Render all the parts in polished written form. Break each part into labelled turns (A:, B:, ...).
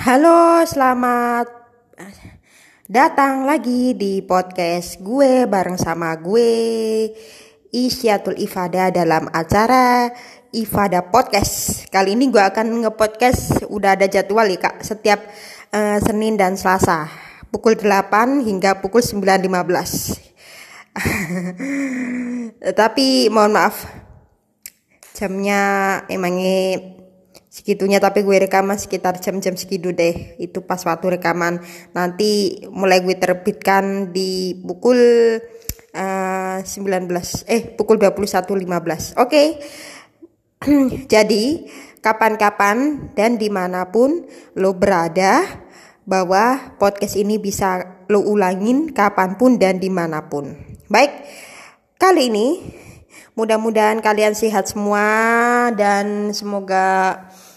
A: Halo, selamat datang lagi di podcast gue bareng sama gue Isyatul Ifada dalam acara Ifada Podcast. Kali ini gue akan nge-podcast, udah ada jadwal ya Kak, setiap Senin dan Selasa pukul 8 hingga pukul 9.15. Tapi mohon maaf, jamnya emangnya segitunya, tapi gue rekaman sekitar jam-jam segitu deh. Itu pas waktu rekaman. Nanti mulai gue terbitkan di pukul pukul 21.15. Oke. Jadi kapan-kapan dan dimanapun lo berada, bahwa podcast ini bisa lo ulangin kapanpun dan dimanapun. Baik, kali ini mudah-mudahan kalian sehat semua dan semoga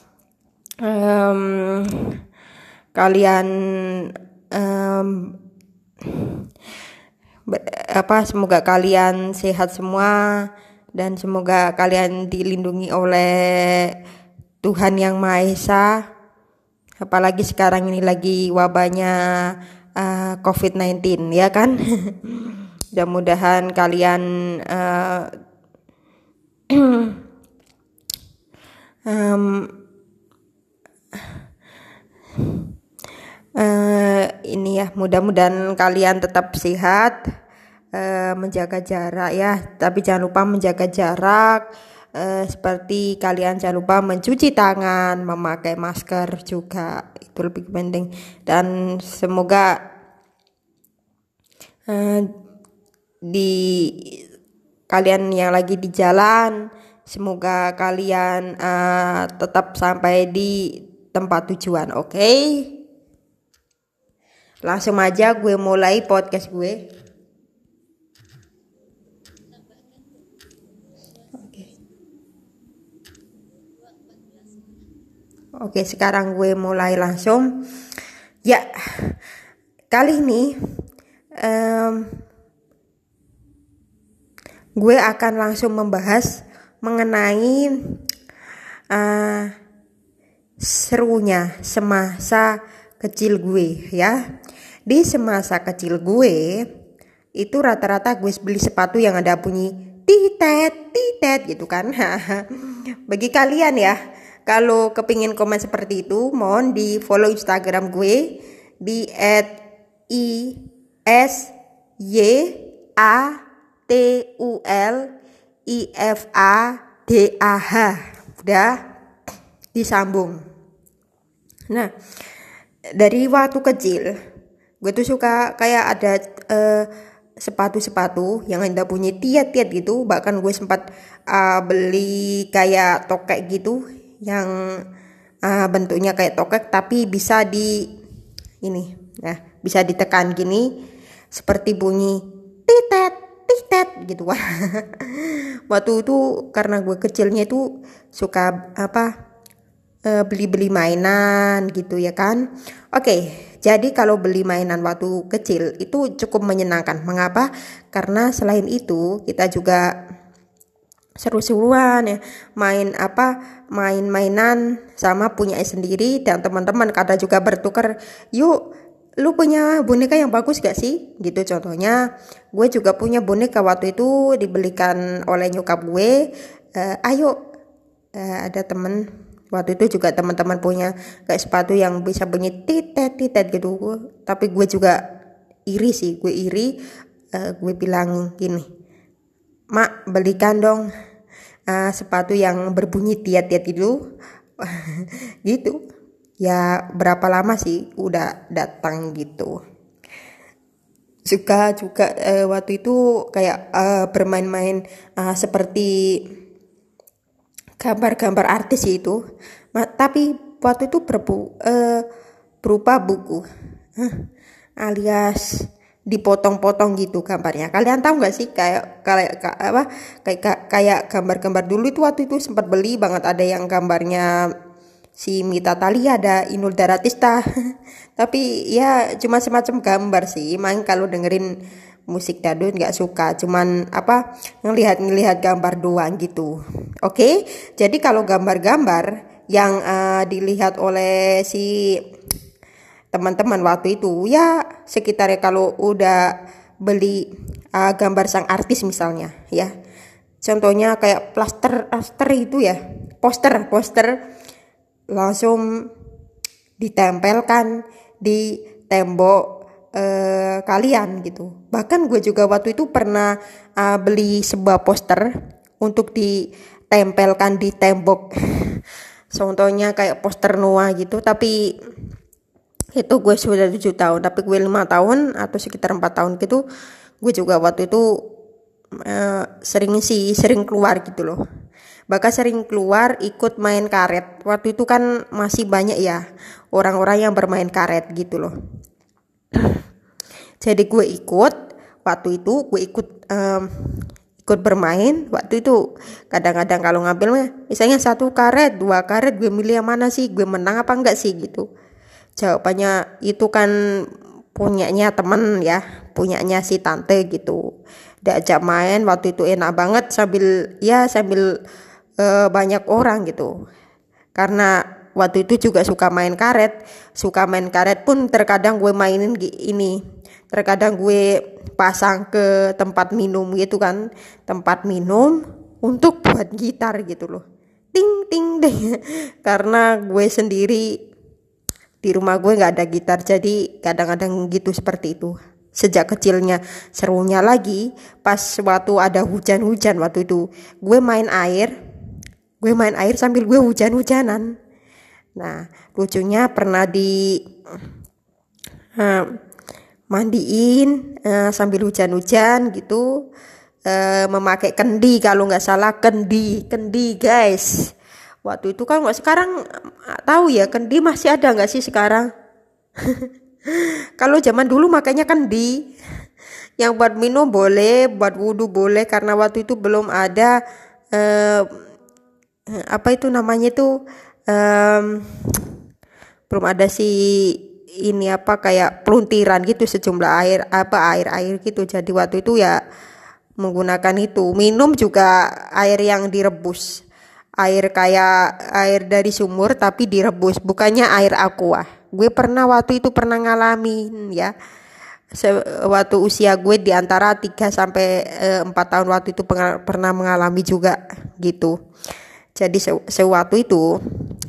A: kalian semoga kalian sehat semua dan semoga kalian dilindungi oleh Tuhan Yang Maha Esa. Apalagi sekarang ini lagi wabahnya COVID-19 ya kan. Mudah-mudahan kalian ini ya, mudah-mudahan kalian tetap sehat, menjaga jarak ya, tapi jangan lupa menjaga jarak, seperti kalian jangan lupa mencuci tangan, memakai masker juga, itu lebih penting. Dan semoga di kalian yang lagi di jalan, semoga kalian tetap sampai di tempat tujuan. Oke? Langsung aja gue mulai podcast gue. Oke, sekarang gue mulai langsung. Ya, kali ini gue akan langsung membahas mengenai serunya semasa kecil gue ya. Di semasa kecil gue itu rata-rata gue beli sepatu yang ada bunyi titet titet gitu kan. Bagi kalian ya, kalau kepingin komen seperti itu, mohon di follow Instagram gue di @ISYATULIFADAH. Udah disambung. Nah, dari waktu kecil gue tuh suka kayak ada sepatu-sepatu yang ada bunyi tiet-tiet gitu. Bahkan gue sempat beli kayak tokek gitu yang bentuknya kayak tokek tapi bisa bisa ditekan gini seperti bunyi titet titet gitu. Waktu itu karena gue kecilnya itu suka beli-beli mainan gitu ya kan. Oke, jadi kalau beli mainan waktu kecil itu cukup menyenangkan. Mengapa? Karena selain itu kita juga seru-seruan ya, main-mainan sama punya sendiri dan teman-teman. Kadang juga bertukar, yuk lu punya boneka yang bagus gak sih gitu. Contohnya gue juga punya boneka waktu itu dibelikan oleh nyokap gue. Ada temen waktu itu juga teman-teman punya kayak sepatu yang bisa bunyi titet titet gitu. Tapi gue juga iri sih, gue bilang gini, mak belikan dong sepatu yang berbunyi tiet-tiet itu. Gitu ya. Berapa lama sih udah datang gitu. Suka juga waktu itu kayak bermain-main seperti gambar-gambar artis itu. Tapi waktu itu berupa buku alias dipotong-potong gitu gambarnya. Kalian tahu nggak sih kayak gambar-gambar dulu itu waktu itu sempat beli banget. Ada yang gambarnya si Mita Thalia, ada Inul Daratista. Tapi ya cuma semacam gambar sih. Main kalau dengerin musik dangdut nggak suka, cuman ngelihat gambar doang gitu. Oke, jadi kalau gambar-gambar yang dilihat oleh si teman-teman waktu itu ya, sekitarnya kalau udah beli gambar sang artis misalnya ya, contohnya kayak plaster itu ya, poster langsung ditempelkan di tembok kalian gitu. Bahkan gue juga waktu itu pernah beli sebuah poster untuk ditempelkan di tembok. Contohnya kayak poster Noah gitu, tapi itu gue sudah 7 tahun, tapi gue 5 tahun atau sekitar 4 tahun gitu. Gue juga waktu itu sering keluar gitu loh. Bahkan sering keluar ikut main karet. Waktu itu kan masih banyak ya orang-orang yang bermain karet gitu loh. Jadi gue ikut, waktu itu gue ikut bermain. Waktu itu kadang-kadang kalau ngambil misalnya 1 karet, 2 karet, gue milih yang mana sih, gue menang apa enggak sih gitu. Jawabannya itu kan punyanya temen ya, punyanya si tante gitu. Diajak main waktu itu enak banget sambil banyak orang gitu. Karena waktu itu juga suka main karet pun terkadang gue mainin ini. Terkadang gue pasang ke tempat minum gitu kan, tempat minum untuk buat gitar gitu loh. Ting ting deh. Karena gue sendiri di rumah gue nggak ada gitar, jadi kadang-kadang gitu seperti itu. Sejak kecilnya. Serunya lagi pas waktu ada hujan-hujan waktu itu, gue main air sambil gue hujan-hujanan. Nah, lucunya pernah di mandiin sambil hujan-hujan gitu, memakai kendi, kalau nggak salah kendi guys. Waktu itu kan, sekarang tahu ya kendi masih ada nggak sih sekarang? Kalau zaman dulu makanya kendi, yang buat minum boleh, buat wudhu boleh, karena waktu itu belum ada apa itu namanya itu, belum ada si ini apa kayak peluntiran gitu sejumlah air gitu. Jadi waktu itu ya menggunakan itu. Minum juga air yang direbus, air kayak air dari sumur tapi direbus, bukannya air aqua. Gue waktu itu pernah ngalamin ya. Waktu usia gue di antara 3 sampai 4 tahun waktu itu pernah mengalami juga gitu. Jadi sewaktu itu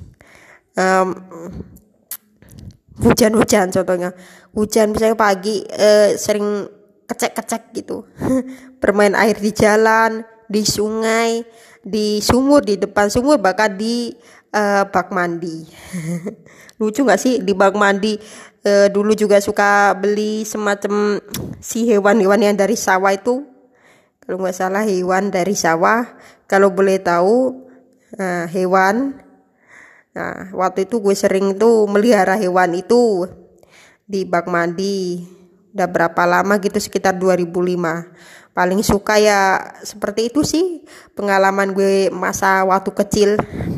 A: hujan-hujan, contohnya hujan misalnya pagi, sering kecek-kecek gitu. Bermain air di jalan, di sungai, di sumur, di depan sumur, bahkan di bak mandi. Lucu gak sih di bak mandi? Dulu juga suka beli semacam si hewan-hewan yang dari sawah itu, kalau nggak salah hewan dari sawah, kalau boleh tahu hewan. Nah, waktu itu gue sering tuh melihara hewan itu di bak mandi. Udah berapa lama gitu, sekitar 2005. Paling suka ya seperti itu sih pengalaman gue masa waktu kecil.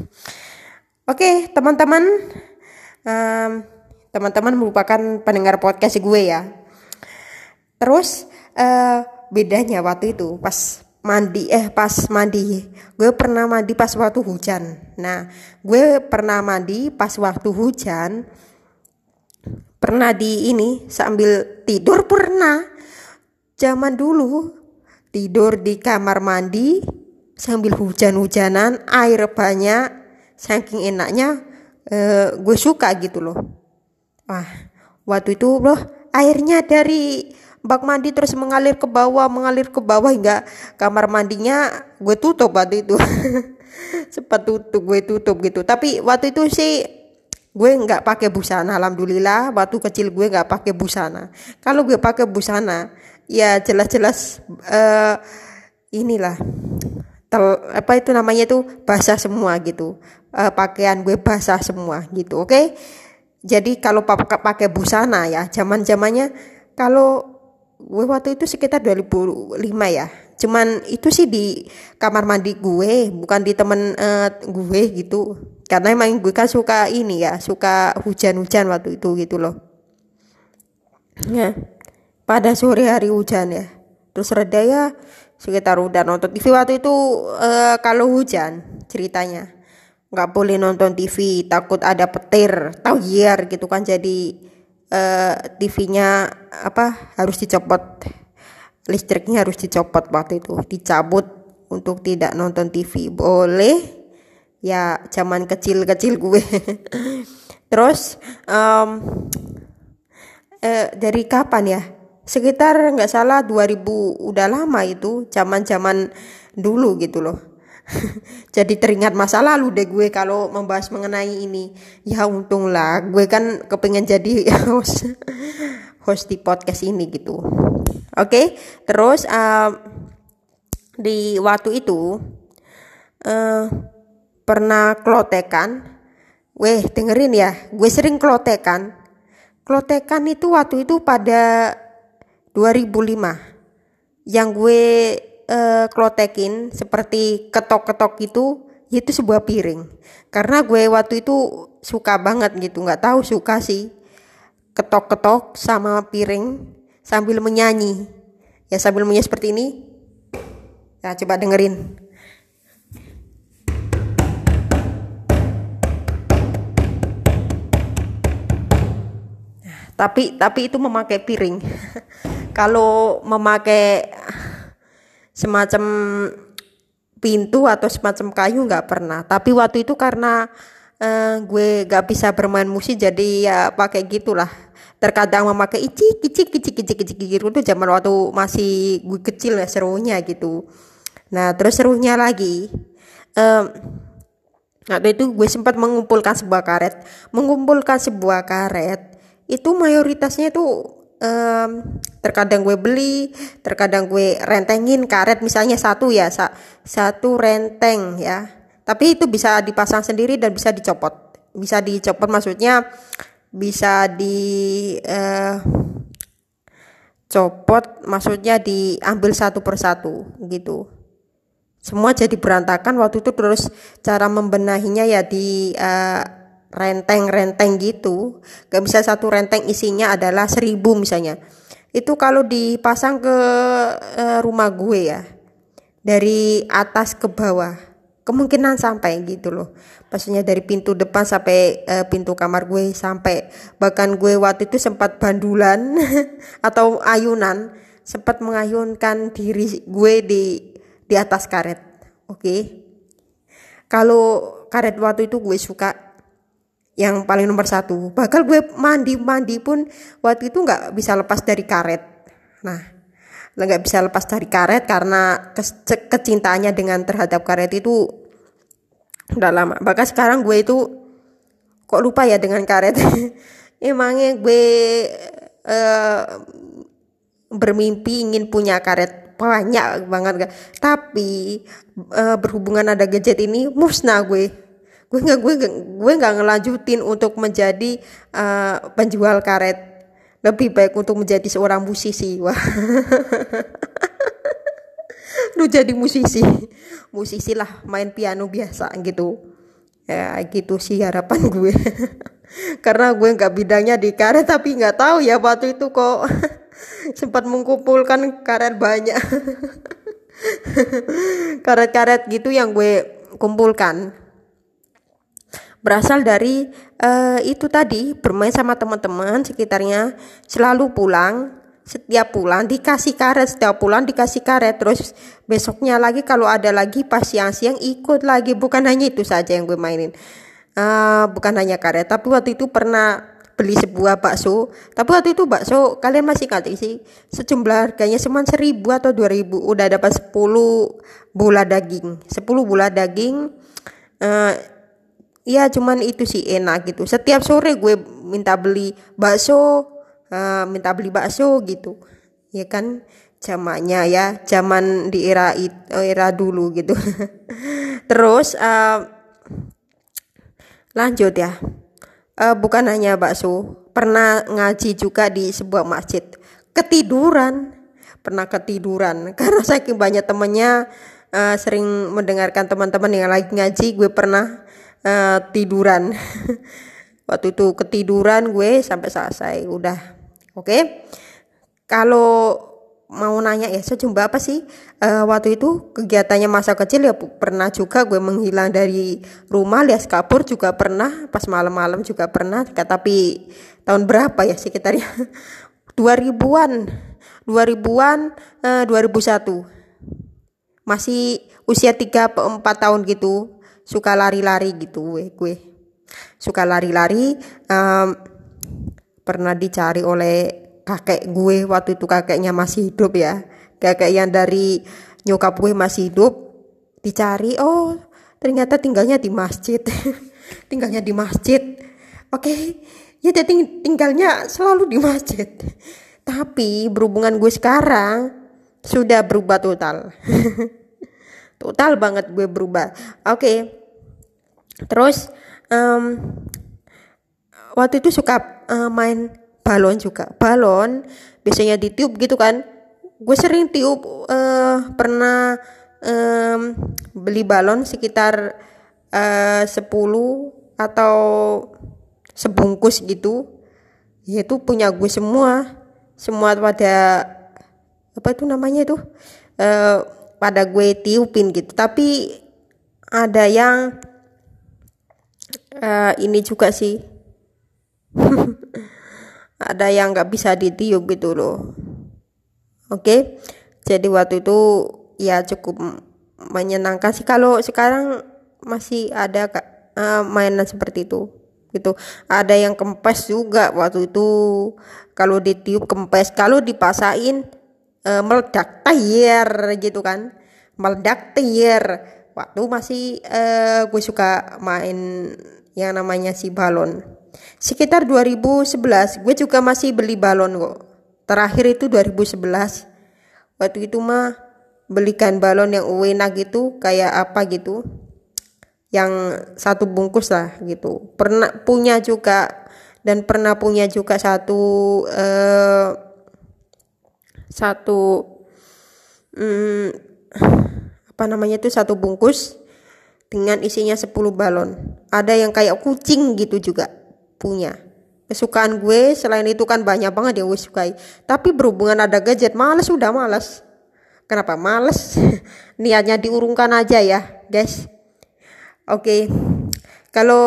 A: Oke, teman-teman, teman-teman merupakan pendengar podcast gue ya. Terus bedanya waktu itu pas mandi, gue pernah mandi pas waktu hujan. Nah, gue pernah mandi pas waktu hujan, pernah di ini sambil tidur, pernah zaman dulu tidur di kamar mandi sambil hujan-hujanan, air banyak, saking enaknya gue suka gitu loh. Wah, waktu itu loh airnya dari bak mandi terus mengalir ke bawah hingga kamar mandinya gue tutup waktu itu. Sempat gue tutup gitu. Tapi waktu itu sih gue nggak pakai busana, alhamdulillah. Waktu kecil gue nggak pakai busana. Kalau gue pakai busana, ya jelas-jelas inilah apa itu namanya tuh basah semua gitu. Pakaian gue basah semua gitu. Oke? Jadi kalau pakai busana ya, zaman-zamannya, kalau gue waktu itu sekitar 2005 ya. Cuman itu sih di kamar mandi gue, bukan di temen gue gitu. Karena emang gue kan suka ini ya, suka hujan-hujan waktu itu gitu loh. Ya, pada sore hari hujan ya. Terus reda ya, sekitar udah nonton TV waktu itu. Kalau hujan ceritanya nggak boleh nonton TV, takut ada petir, tauyer gitu kan. Jadi TV-nya harus dicopot, listriknya harus dicopot waktu itu, dicabut untuk tidak nonton TV. Boleh ya, zaman kecil gue. Terus dari kapan ya, sekitar nggak salah 2000, udah lama itu, zaman dulu gitu loh. Jadi teringat masa lalu deh gue kalau membahas mengenai ini. Ya untunglah gue kan kepengen jadi host di podcast ini gitu. Oke, terus di waktu itu pernah klotekan. Weh, dengerin ya, gue sering klotekan. Klotekan itu waktu itu pada 2005. Yang gue klotekin seperti ketok-ketok itu sebuah piring. Karena gue waktu itu suka banget gitu, nggak tahu suka sih, ketok-ketok sama piring sambil menyanyi. Ya sambil menyanyi seperti ini. Ya coba dengerin. Tapi itu memakai piring. Kalau memakai semacam pintu atau semacam kayu nggak pernah. Tapi waktu itu karena gue nggak bisa bermain musik, jadi ya pakai gitulah. Terkadang memakai icik gitu. Itu zaman waktu masih gue kecil ya, serunya gitu. Nah terus serunya lagi, waktu itu gue sempat mengumpulkan sebuah karet itu mayoritasnya itu terkadang gue beli, terkadang gue rentengin karet, misalnya satu renteng ya, tapi itu bisa dipasang sendiri dan bisa dicopot maksudnya bisa copot, maksudnya diambil satu persatu gitu. Semua jadi berantakan waktu itu. Terus cara membenahinya ya di renteng-renteng gitu. Gak bisa satu renteng isinya adalah 1000 misalnya. Itu kalau dipasang ke rumah gue ya, dari atas ke bawah kemungkinan sampai gitu loh. Maksudnya dari pintu depan sampai pintu kamar gue, sampai bahkan gue waktu itu sempat bandulan atau ayunan, sempat mengayunkan diri gue di atas karet. Oke. Kalau karet waktu itu gue suka yang paling nomor 1. Bahkan gue mandi pun waktu itu nggak bisa lepas dari karet. Nah, nggak bisa lepas dari karet karena kecintaannya dengan terhadap karet itu udah lama. Bahkan sekarang gue itu kok lupa ya dengan karet. Emangnya gue bermimpi ingin punya karet banyak banget, tapi berhubungan ada gadget ini musnah gue nggak ngelanjutin untuk menjadi penjual karet. Lebih baik untuk menjadi seorang musisi. Wah. Lu jadi musisi lah, main piano biasa gitu ya, gitu sih harapan gue. Karena gue nggak bidangnya di karet, tapi nggak tahu ya waktu itu kok sempat mengumpulkan karet banyak. Karet-karet gitu yang gue kumpulkan berasal dari itu tadi, bermain sama teman-teman sekitarnya. Setiap pulang dikasih karet, terus besoknya lagi kalau ada lagi pas siang-siang ikut lagi. Bukan hanya itu saja yang gue mainin, bukan hanya karet, tapi waktu itu pernah beli sebuah bakso. Tapi waktu itu bakso, kalian masih ingat sih, sejumlah harganya cuma 1000 atau 2000 udah dapat 10 bola daging. Ya cuman itu sih enak gitu. Setiap sore gue minta beli bakso gitu. Ya kan zaman di era dulu gitu. Terus lanjut ya. Bukan hanya bakso, pernah ngaji juga di sebuah masjid. Pernah ketiduran karena saking banyak temennya, sering mendengarkan teman-teman yang lagi ngaji, gue pernah tiduran. Waktu itu ketiduran gue sampai selesai udah. Oke. Kalau mau nanya ya, sejumlah apa sih waktu itu kegiatannya masa kecil ya. Pernah juga gue menghilang dari rumah alias kabur juga pernah, pas malam-malam juga pernah, tapi tahun berapa ya sekitarnya 2000-an 2000-an 2001, masih usia 3-4 tahun gitu, suka lari-lari gitu. Gue suka lari-lari, pernah dicari oleh kakek gue. Waktu itu kakeknya masih hidup ya, kakek yang dari nyokap gue masih hidup. Dicari, oh ternyata tinggalnya di masjid. Tinggalnya di masjid. Oke, ya jadi tinggalnya selalu di masjid. Tapi berhubungan gue sekarang sudah berubah total. Total banget gue berubah. Oke. Terus waktu itu suka main balon juga. Balon biasanya ditiup gitu kan. Gue sering tiup, pernah beli balon sekitar 10 atau sebungkus gitu. Itu punya gue semua pada apa itu namanya itu, pada gue tiupin gitu. Tapi ada yang ini juga sih. Ada yang nggak bisa ditiup gitu loh. Oke, jadi waktu itu ya cukup menyenangkan sih. Kalau sekarang masih ada mainan seperti itu gitu. Ada yang kempes juga waktu itu, kalau ditiup kempes, kalau dipasain meledak tier gitu kan, meledak tier. Waktu masih gue suka main yang namanya si balon. Sekitar 2011 gue juga masih beli balon kok. Terakhir itu 2011. Waktu itu mah belikan balon yang enak gitu, kayak apa gitu, yang satu bungkus lah gitu. Pernah punya juga, dan pernah punya juga satu apa namanya itu, satu bungkus dengan isinya 10 balon. Ada yang kayak kucing gitu juga punya. Kesukaan gue selain itu kan banyak banget yang gue sukai. Tapi berhubungan ada gadget, udah males. Kenapa males? Niatnya diurungkan aja ya guys. Oke. Kalau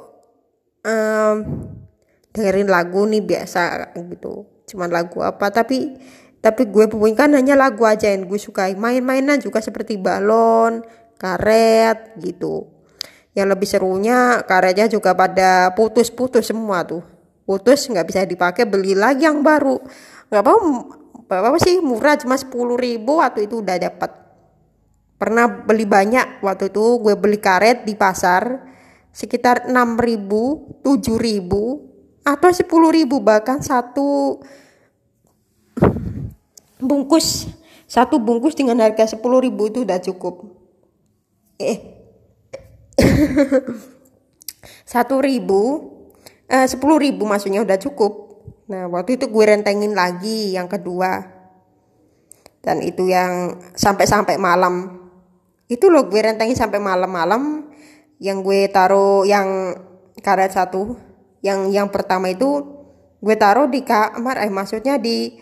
A: dengerin lagu nih biasa gitu, cuman lagu apa, tapi gue kan hanya lagu aja yang gue sukai. Main-mainan juga seperti balon, karet gitu. Yang lebih serunya karetnya juga pada putus-putus semua tuh. Putus nggak bisa dipakai, beli lagi yang baru. Nggak apa sih, murah, cuma 10.000 waktu itu udah dapat. Pernah beli banyak waktu itu. Gue beli karet di pasar sekitar 6.000, 7.000 atau 10.000, bahkan satu bungkus dengan harga 10.000 itu udah cukup. 10.000 maksudnya udah cukup. Nah waktu itu gue rentengin lagi yang kedua, dan itu yang sampai malam itu loh, gue rentengin sampai malam. Yang gue taruh yang karet satu, yang pertama itu gue taruh di kamar, maksudnya di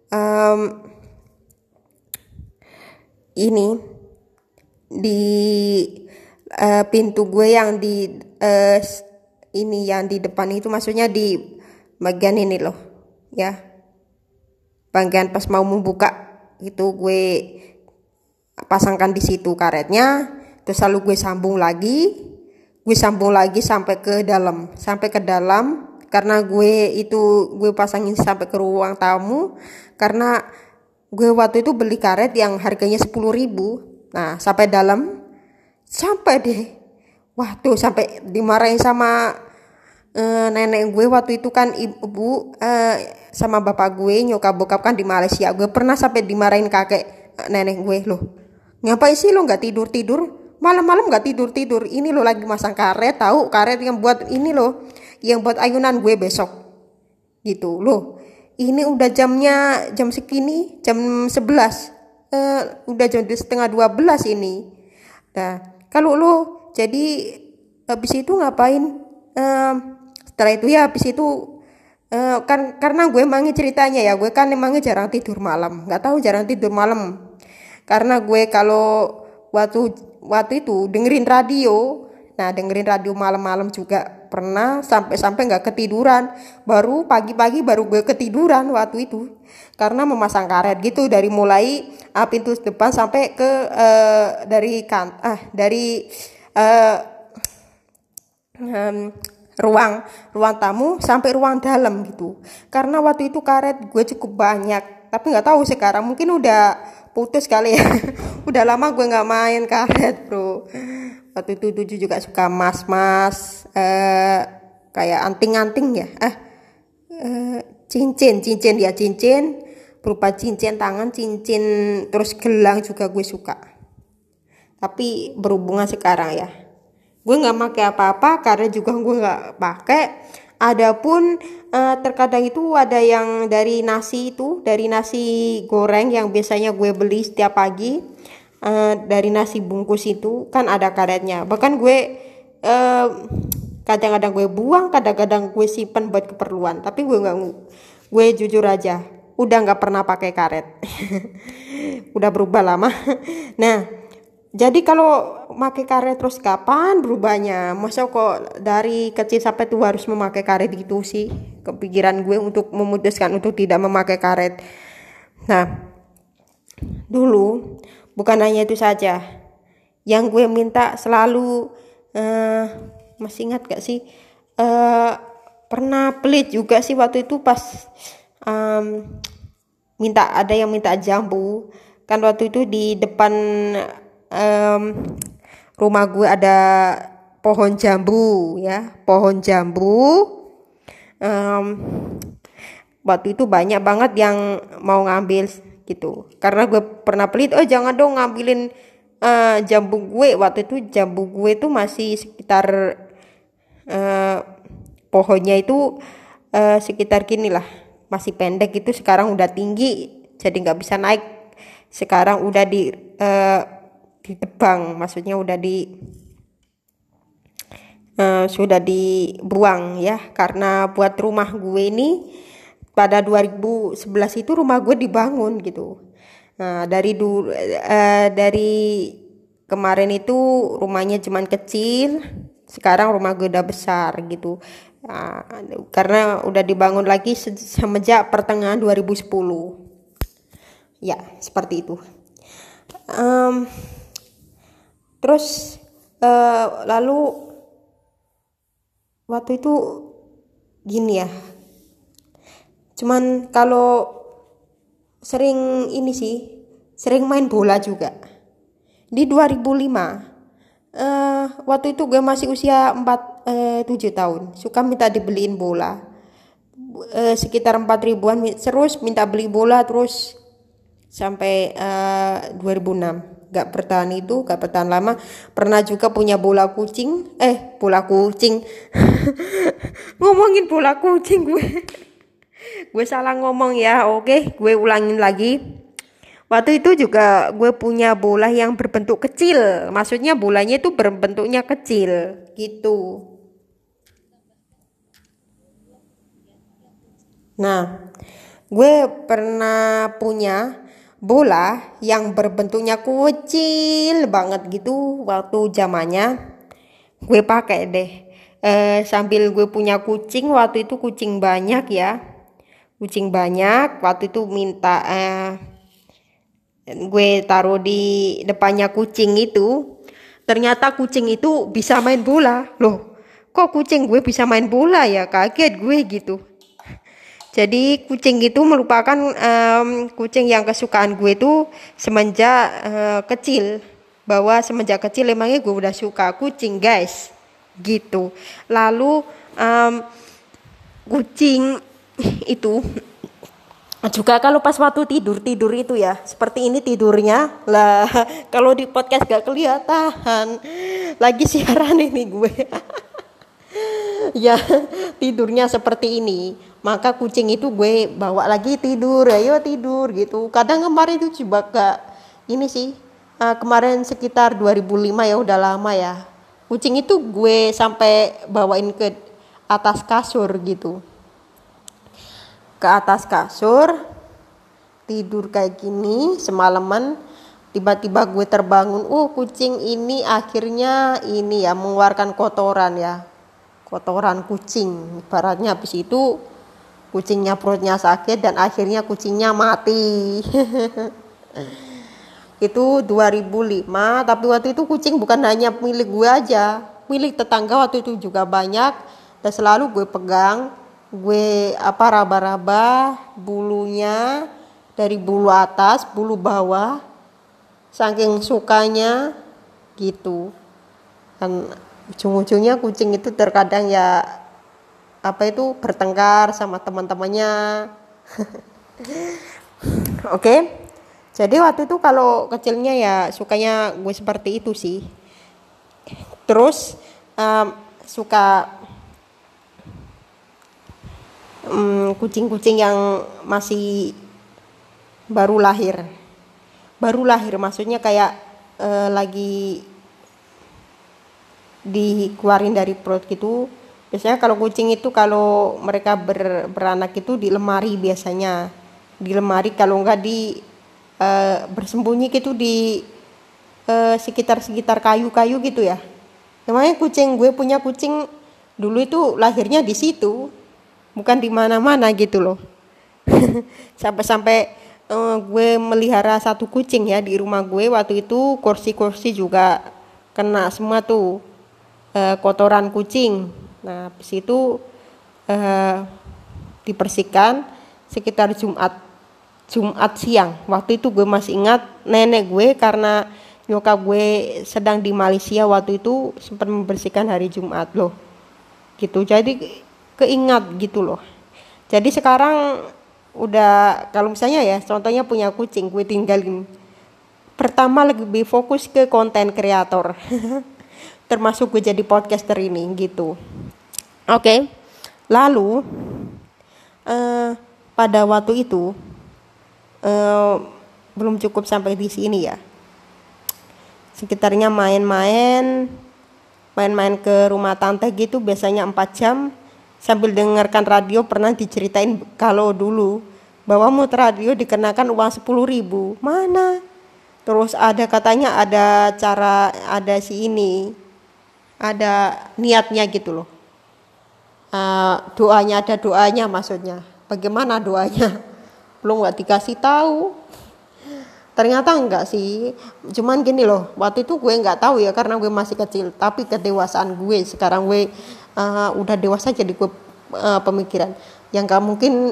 A: ini di pintu gue yang di ini yang di depan itu, maksudnya di bagian ini loh ya, bagian pas mau membuka itu gue pasangkan di situ karetnya. Terus lalu gue sambung lagi sampai ke dalam karena gue pasangin sampai ke ruang tamu, karena gue waktu itu beli karet yang harganya 10.000. Nah sampai dalam, sampai dimarahin sama nenek gue waktu itu kan, ibu sama bapak gue, nyokap bokap kan di Malaysia. Gue pernah sampai dimarahin kakek nenek gue, loh ngapain sih lo nggak tidur malam-malam, nggak tidur, ini lo lagi masang karet, tahu karet yang buat ini lo, yang buat ayunan gue besok gitu loh. Ini udah jam segini, jam 11, udah jam setengah 12 ini. Nah kalau lo jadi habis itu ngapain, setelah itu ya habis itu Karena gue emangnya ceritanya ya, gue kan emangnya jarang tidur malam, nggak tahu jarang tidur malam karena gue kalau waktu waktu itu dengerin radio. Nah, dengerin radio malam-malam juga pernah sampai-sampai nggak ketiduran, baru pagi-pagi baru gue ketiduran waktu itu karena memasang karet gitu dari mulai pintu depan sampai ke dari eh, em, ruang tamu sampai ruang dalam gitu. Karena waktu itu karet gue cukup banyak, tapi nggak tahu sekarang mungkin udah putus kali ya. Udah lama gue nggak main karet, bro. Waktu itu Tuju juga suka mas-mas kayak anting-anting ya. Cincin ya, cincin berupa cincin tangan, cincin terus gelang juga gue suka. Tapi berhubungan sekarang ya, gue nggak pakai apa-apa karena juga gue nggak pakai. Adapun terkadang itu ada yang dari nasi itu, dari nasi goreng yang biasanya gue beli setiap pagi, dari nasi bungkus itu kan ada karetnya. Bahkan gue kadang-kadang gue buang, kadang-kadang gue simpen buat keperluan. Tapi gue jujur aja, udah nggak pernah pakai karet. Udah berubah lama. Nah, jadi kalau pakai karet terus kapan berubahnya? Masa kok dari kecil sampai tua harus memakai karet gitu sih? Kepikiran gue untuk memutuskan untuk tidak memakai karet. Nah, dulu bukan hanya itu saja. Yang gue minta selalu masih ingat gak sih? Pernah pelit juga sih waktu itu pas ada yang minta jambu. Kan waktu itu di depan rumah gue ada pohon jambu ya, pohon jambu. Waktu itu banyak banget yang mau ngambil gitu, karena gue pernah pelit, oh jangan dong ngambilin jambu gue. Waktu itu jambu gue itu masih sekitar pohonnya itu sekitar gini lah, masih pendek gitu. Sekarang udah tinggi jadi nggak bisa naik. Sekarang udah ditebang, maksudnya sudah dibuang ya, karena buat rumah gue ini pada 2011 itu rumah gue dibangun gitu. Nah, dari kemarin itu rumahnya cuman kecil, sekarang rumah gue udah besar gitu. Nah, karena udah dibangun lagi semenjak pertengahan 2010. Ya, seperti itu. Terus lalu waktu itu gini ya. Cuman kalau sering ini sih, sering main bola juga. Di 2005, waktu itu gue masih usia 7 tahun, suka minta dibeliin bola. Sekitar 4 ribuan terus minta beli bola terus sampai 2006. Gak bertahan lama. Pernah juga punya bola kucing. Ngomongin bola kucing gue salah ngomong ya. Oke, gue ulangin lagi. Waktu itu juga gue punya bola yang berbentuk kecil. Maksudnya bolanya itu berbentuknya kecil gitu. Nah, gue pernah punya bola yang berbentuknya kecil banget gitu. Waktu zamannya gue pakai deh. Sambil gue punya kucing, waktu itu kucing banyak ya. Kucing banyak, waktu itu minta gue taruh di depannya kucing itu. Ternyata kucing itu bisa main bola. Loh, kok kucing gue bisa main bola ya? Kaget gue gitu. Jadi kucing itu merupakan kucing yang kesukaan gue itu semenjak kecil. Bahwa semenjak kecil emangnya gue udah suka kucing, guys. Gitu. Lalu kucing itu juga kalau pas waktu tidur itu ya, seperti ini tidurnya lah. Kalau di podcast gak kelihatan, lagi siaran ini gue. Ya, tidurnya seperti ini. Maka kucing itu gue bawa lagi tidur, ayo tidur gitu. Kadang kemarin itu coba gak ini sih, kemarin sekitar 2005 ya, udah lama ya. Kucing itu gue sampai bawain ke atas kasur gitu. ke atas kasur, tidur kayak gini semalaman. Tiba-tiba gue terbangun, kucing ini akhirnya ini ya mengeluarkan kotoran kucing. Ibaratnya habis itu kucingnya perutnya sakit dan akhirnya kucingnya mati. Itu 2005, tapi waktu itu kucing bukan hanya milik gue aja, milik tetangga waktu itu juga banyak, dan selalu gue pegang, gue raba-raba bulunya, dari bulu atas, bulu bawah, saking sukanya gitu. Dan ujung-ujungnya kucing itu terkadang ya bertengkar sama teman-temannya. Oke. Jadi waktu itu kalau kecilnya ya sukanya gue seperti itu sih. Terus suka kucing-kucing yang masih baru lahir maksudnya kayak lagi dikeluarin dari perut gitu. Biasanya kalau kucing itu kalau mereka beranak itu di lemari, biasanya di lemari, kalau enggak di bersembunyi gitu di sekitar kayu-kayu gitu ya. Namanya gue punya kucing dulu itu lahirnya di situ, bukan di mana-mana gitu loh. Sampai gue melihara satu kucing ya di rumah gue, waktu itu kursi-kursi juga kena semua tuh kotoran kucing. Nah habis itu dibersihkan sekitar Jumat siang. Waktu itu gue masih ingat, nenek gue karena nyokap gue sedang di Malaysia waktu itu sempat membersihkan hari Jumat loh. Gitu. Jadi keingat gitu loh. Jadi sekarang udah, kalau misalnya ya contohnya punya kucing, gue tinggalin. Pertama lebih fokus ke konten kreator. Termasuk gue jadi podcaster ini gitu. Oke. Lalu pada waktu itu belum cukup sampai di sini ya. Sekitarnya main-main ke rumah tante gitu, biasanya 4 jam sambil dengarkan radio. Pernah diceritain kalau dulu bahwa muter radio dikenakan uang 10.000. Mana? Terus katanya ada niatnya gitu loh. Ada doanya maksudnya. Bagaimana doanya? Belum nggak dikasih tahu. Ternyata enggak sih, cuman gini loh, waktu itu gue nggak tahu ya karena gue masih kecil. Tapi kedewasaan gue sekarang, gue udah dewasa, jadi gue pemikiran yang nggak mungkin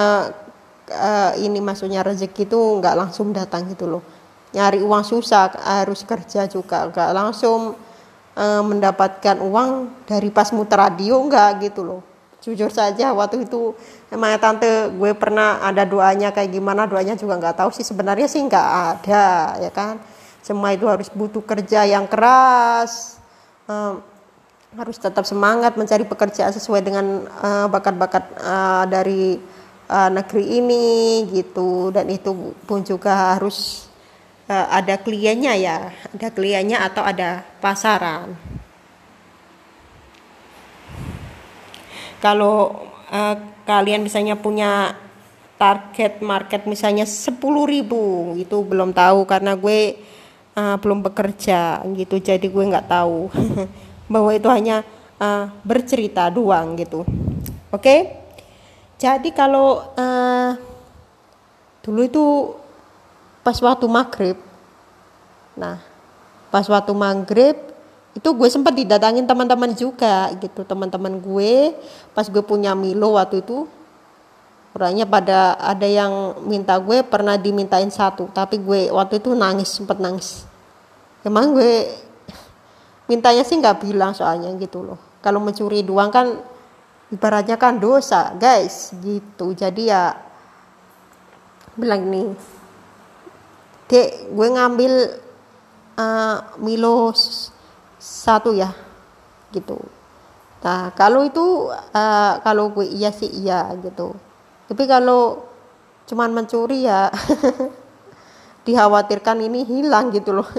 A: ini maksudnya rezeki itu nggak langsung datang gitu loh. Nyari uang susah, harus kerja juga, nggak langsung mendapatkan uang dari pas muter radio, enggak gitu loh. Jujur saja waktu itu emang tante gue pernah ada doanya, kayak gimana doanya juga nggak tahu sih, sebenarnya sih nggak ada ya kan. Semua itu harus butuh kerja yang keras, harus tetap semangat mencari pekerjaan sesuai dengan bakat-bakat dari negeri ini gitu. Dan itu pun juga harus ada kliennya atau ada pasaran. Kalau kalian misalnya punya target market misalnya 10.000, itu belum tahu karena gue belum bekerja gitu, jadi gue nggak tahu. Bahwa itu hanya bercerita doang gitu. Oke? Jadi kalau dulu itu pas waktu maghrib, itu gue sempat didatangin teman-teman juga gitu. Teman-teman gue pas gue punya Milo waktu itu, orangnya pada ada yang minta, gue pernah dimintain satu, tapi gue waktu itu sempat nangis. Emang gue mintanya sih nggak bilang soalnya gitu loh. Kalau mencuri doang kan ibaratnya kan dosa guys gitu. Jadi ya bilang nih, Dek, gue ngambil Milo satu ya gitu. Nah kalau itu kalau gue iya sih iya gitu, tapi kalau cuman mencuri ya dikhawatirkan ini hilang gitu loh.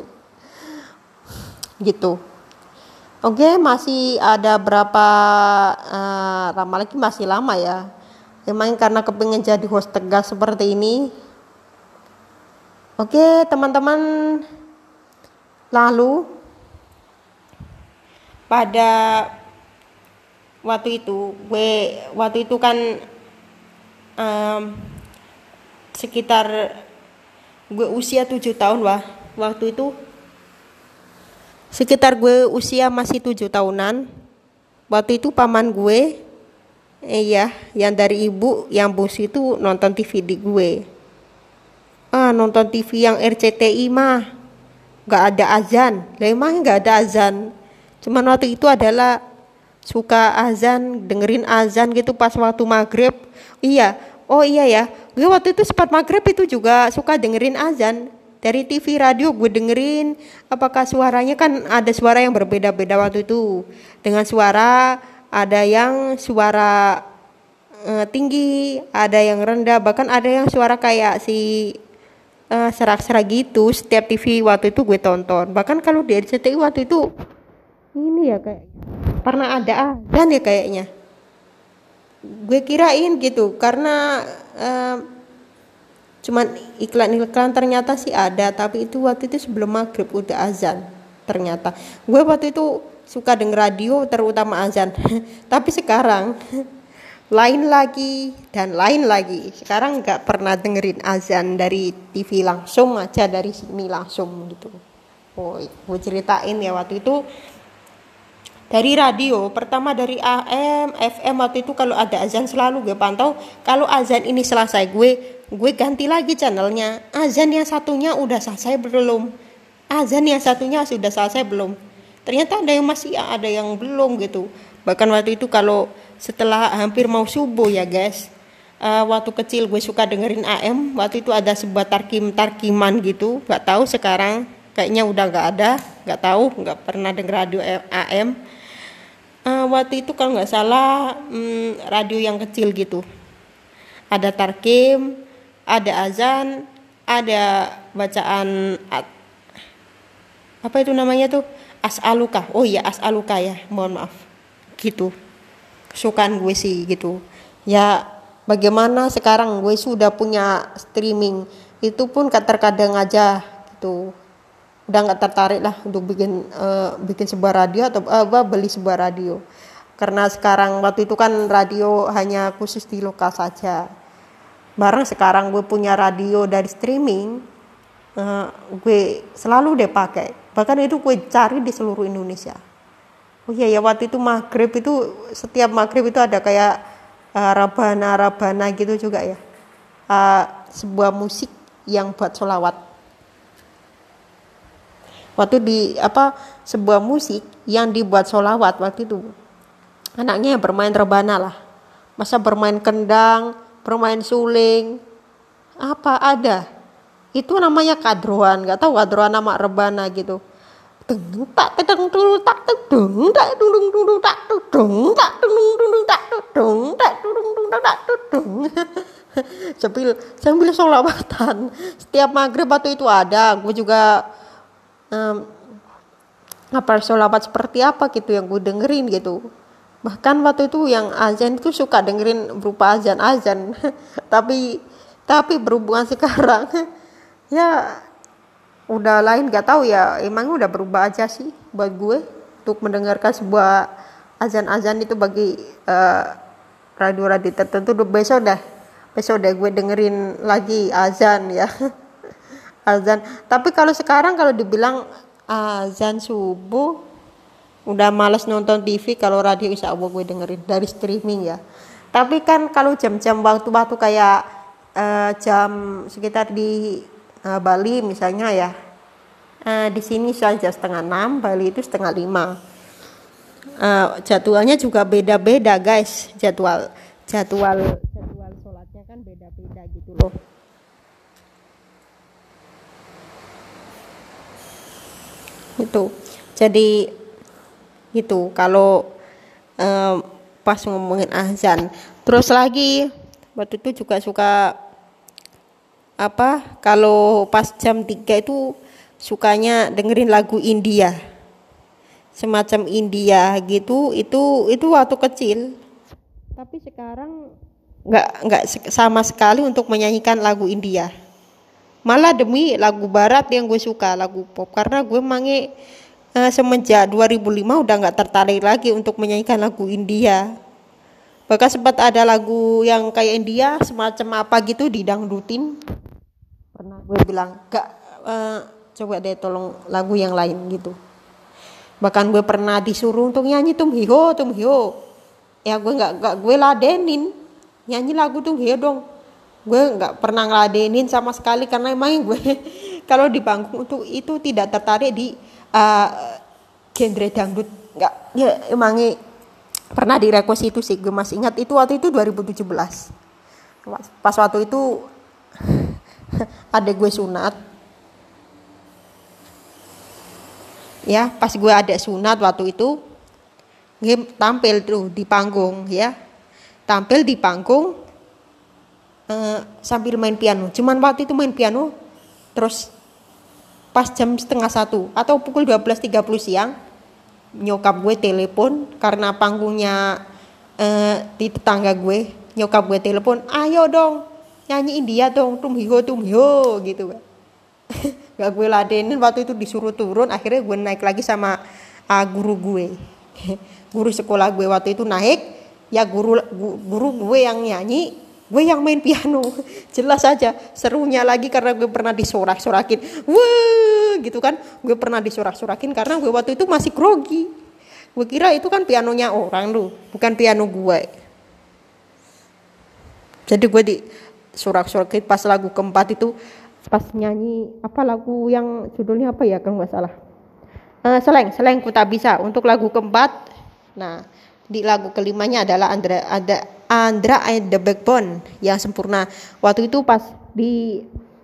A: Gitu. Oke, masih ada berapa lama lagi, masih lama ya. emang karena kepengen jadi host tegas seperti ini. Oke teman-teman, lalu pada waktu itu kan sekitar gue usia 7 tahun waktu itu sekitar gue usia masih 7 tahunan. Waktu itu paman gue yang dari ibu yang bos itu nonton TV di gue. Nonton TV yang RCTI mah gak ada azan. Emang gak ada azan. Cuman waktu itu adalah suka azan, dengerin azan gitu pas waktu maghrib. Oh iya ya, gue waktu itu sempat maghrib itu juga suka dengerin azan. Dari TV radio gue dengerin, apakah suaranya kan ada suara yang berbeda-beda waktu itu. Dengan suara, ada yang suara tinggi, ada yang rendah, bahkan ada yang suara kayak si serak-serak gitu. Setiap TV waktu itu gue tonton. Bahkan kalau di RCTI waktu itu ini ya kayak pernah ada azan ya kayaknya. Gue kirain gitu karena cuman iklan-iklan ternyata sih ada, tapi itu waktu itu sebelum maghrib udah azan ternyata. Gue waktu itu suka denger radio terutama azan. Tapi sekarang lain lagi dan lain lagi. Sekarang nggak pernah dengerin azan dari TV, langsung aja dari sini langsung gitu. Gue ceritain ya waktu itu dari radio, pertama dari AM, FM waktu itu kalau ada azan selalu gue pantau. Kalau azan ini selesai gue ganti lagi channelnya. Azan yang satunya udah selesai belum? Azan yang satunya sudah selesai belum? Ternyata ada yang masih ada yang belum gitu. Bahkan waktu itu kalau setelah hampir mau subuh ya guys. Waktu kecil gue suka dengerin AM. Waktu itu ada sebuah tarkiman gitu. Gak tahu sekarang kayaknya udah gak ada. Gak tahu, gak pernah denger radio AM. Waktu itu kalau nggak salah radio yang kecil gitu, ada tarkim, ada azan, ada bacaan apa itu namanya tuh, as'aluka. Oh iya as'aluka ya, mohon maaf gitu. Kesukaan gue sih gitu ya. Bagaimana sekarang gue sudah punya streaming, itu pun terkadang aja gitu udah nggak tertarik lah untuk bikin sebuah radio atau beli sebuah radio, karena sekarang waktu itu kan radio hanya khusus di lokal saja. Bareng sekarang gue punya radio dari streaming, gue selalu deh pakai, bahkan itu gue cari di seluruh Indonesia. Oh iya ya, waktu itu maghrib itu setiap maghrib itu ada kayak rabana gitu juga ya, sebuah musik yang buat sholawat. Waktu sebuah musik yang dibuat sholawat waktu itu, anaknya bermain rebana lah, masa bermain kendang, bermain suling, apa ada, itu namanya kadroan. Nggak tahu kadroan nama rebana gitu. Sambil sholawatan setiap maghrib waktu itu ada. Gue juga sholawat seperti apa gitu yang gue dengerin gitu. Bahkan waktu itu yang azan itu suka dengerin berupa azan tapi berhubungan sekarang ya udah lain, gak tahu ya, emang udah berubah aja sih buat gue untuk mendengarkan sebuah azan itu bagi radio-radio tertentu. Besok deh gue dengerin lagi azan ya. Azan. Tapi kalau sekarang kalau dibilang azan subuh, udah malas nonton TV. Kalau radio insya Allah gue dengerin dari streaming ya. Tapi kan kalau jam-jam waktu-waktu kayak jam sekitar di Bali misalnya ya, di sini saja 5:30, Bali itu 4:30. Jadwalnya juga beda-beda guys. Jadwal sholatnya kan beda-beda gitu loh. Itu jadi itu kalau pas ngomongin azan. Terus lagi waktu itu juga suka kalau pas jam 3 itu sukanya dengerin lagu India, semacam India gitu. Itu waktu kecil, tapi sekarang nggak sama sekali untuk menyanyikan lagu India. Malah demi lagu barat yang gue suka, lagu pop, karena gue semenjak 2005 udah nggak tertarik lagi untuk menyanyikan lagu India. Bahkan sempat ada lagu yang kayak India semacam apa gitu didangdutin, pernah gue bilang gak, coba deh tolong lagu yang lain gitu. Bahkan gue pernah disuruh untuk nyanyi Tum Hiho, ya gue nggak gue ladenin nyanyi lagu Tum Hiho dong. Gue nggak pernah ngeladenin sama sekali, karena emang gue kalau di panggung itu tidak tertarik di genre dangdut. Nggak, ya emangnya pernah di request itu sih. Gue masih ingat itu waktu itu 2017. Pas waktu itu adek gue sunat. Ya, pas gue ada sunat waktu itu, gue tampil tuh di panggung ya. Tampil di panggung sambil main piano. Cuman waktu itu main piano terus pas jam 12:30 atau pukul 12.30 siang, nyokap gue telepon karena panggungnya di tetangga gue. Nyokap gue telepon, ayo dong nyanyi India dong, Tum Hiho gitu. Gak gue ladenin, waktu itu disuruh turun. Akhirnya gue naik lagi sama guru gue. Guru sekolah gue waktu itu naik, ya guru gue yang nyanyi, gue yang main piano. Jelas aja serunya lagi karena gue pernah disorak-sorakin, wah gitu kan. Gue pernah disorak-sorakin karena gue waktu itu masih grogi. Gue kira itu kan pianonya orang tuh, bukan piano gue. Jadi gue disorak-sorakin pas lagu keempat itu, pas nyanyi apa lagu yang judulnya apa ya kalau nggak salah, Seleng ku tak bisa untuk lagu keempat. Nah di lagu kelimanya adalah Andra and the Backbone yang sempurna. Waktu itu pas di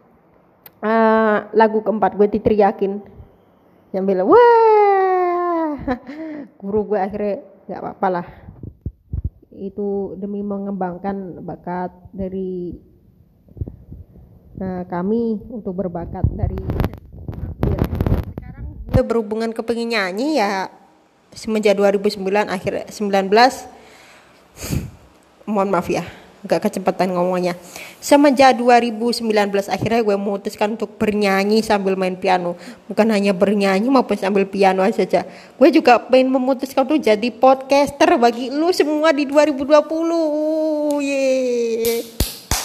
A: lagu keempat gue diteriakin sambil wah. Guru gue akhirnya nggak apa-apa lah, itu demi mengembangkan bakat dari kami untuk berbakat dari sekarang. Gue berhubungan kepengen nyanyi ya semenjak 2009 akhir 19, mohon maaf ya agak kecepatan ngomongnya. Semenjak 2019 akhirnya gue memutuskan untuk bernyanyi sambil main piano. Bukan hanya bernyanyi maupun sambil piano saja. Gue juga pengen memutuskan untuk jadi podcaster bagi lu semua di 2020. Yeay.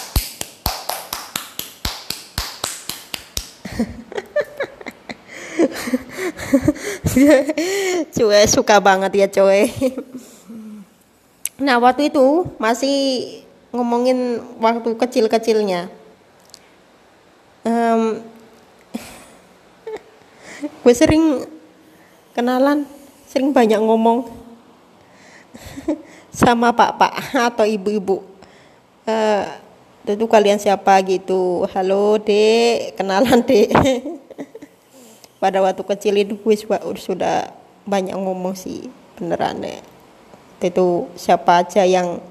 A: Cuy suka banget ya cuy. Nah waktu itu masih ngomongin waktu kecil-kecilnya, gue sering kenalan, sering banyak ngomong sama pak-pak atau ibu-ibu. Itu kalian siapa gitu, halo dek, kenalan dek. Pada waktu kecil itu gue sudah banyak ngomong sih beneran deh. Itu siapa aja yang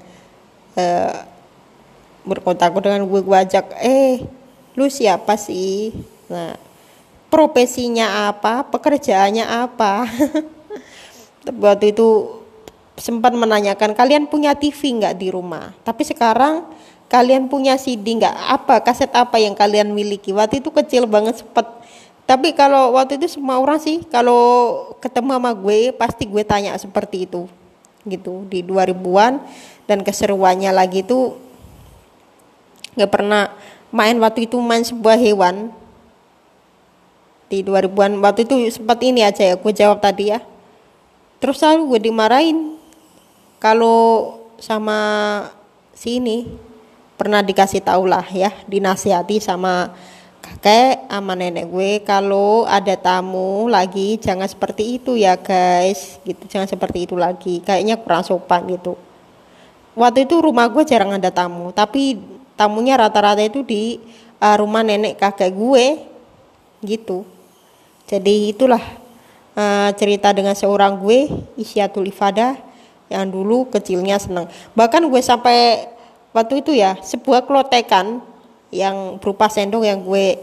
A: berkontak dengan gue ajak, lu siapa sih, nah profesinya apa, pekerjaannya apa. Waktu itu sempat menanyakan kalian punya TV nggak di rumah, tapi sekarang kalian punya CD nggak, apa kaset apa yang kalian miliki. Waktu itu kecil banget sempat. Tapi kalau waktu itu semua orang sih kalau ketemu sama gue pasti gue tanya seperti itu gitu di 2000-an. Dan keseruannya lagi tuh gak pernah main waktu itu, main sebuah hewan di 2000-an. Waktu itu sempat ini aja ya gue jawab tadi ya, terus selalu gue dimarahin kalau sama sini. Pernah dikasih tau lah ya, dinasihati sama kakek sama nenek gue, kalau ada tamu lagi jangan seperti itu ya guys gitu, jangan seperti itu lagi, kayaknya kurang sopan gitu. Waktu itu rumah gue jarang ada tamu, tapi tamunya rata-rata itu di rumah nenek kakek gue gitu. Jadi itulah cerita dengan seorang gue, Isyatul Ifadah, yang dulu kecilnya senang. Bahkan gue sampai waktu itu ya sebuah klotekan yang berupa sendok yang gue